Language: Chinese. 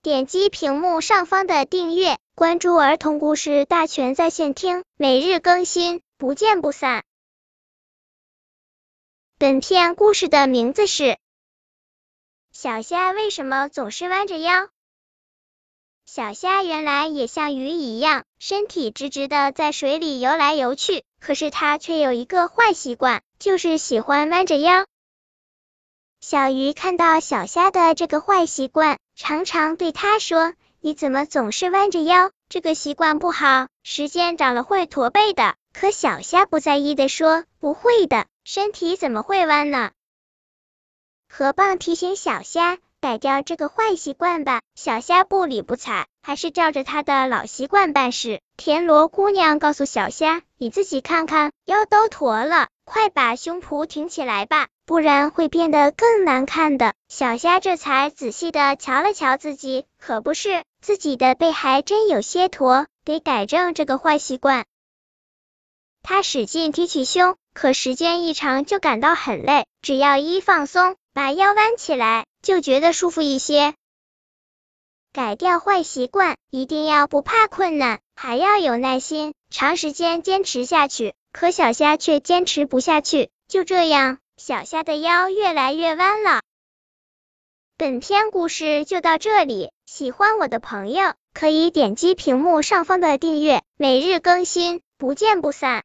点击屏幕上方的订阅，关注儿童故事大全在线听，每日更新，不见不散。本片故事的名字是小虾为什么总是弯着腰？小虾原来也像鱼一样，身体直直的在水里游来游去，可是它却有一个坏习惯，就是喜欢弯着腰。小鱼看到小虾的这个坏习惯，常常对它说：“你怎么总是弯着腰？这个习惯不好，时间长了会驼背的。”可小虾不在意的说：“不会的，身体怎么会弯呢？”河蚌提醒小虾改掉这个坏习惯吧，小虾不理不睬，还是照着他的老习惯办事。田螺姑娘告诉小虾：“你自己看看，腰都驼了，快把胸脯挺起来吧，不然会变得更难看的。”小虾这才仔细的瞧了瞧自己，可不是，自己的背还真有些驼，得改正这个坏习惯。他使劲提起胸，可时间一长就感到很累，只要一放松，把腰弯起来，就觉得舒服一些。改掉坏习惯，一定要不怕困难，还要有耐心，长时间坚持下去。可小虾却坚持不下去，就这样，小虾的腰越来越弯了。本篇故事就到这里，喜欢我的朋友可以点击屏幕上方的订阅，每日更新，不见不散。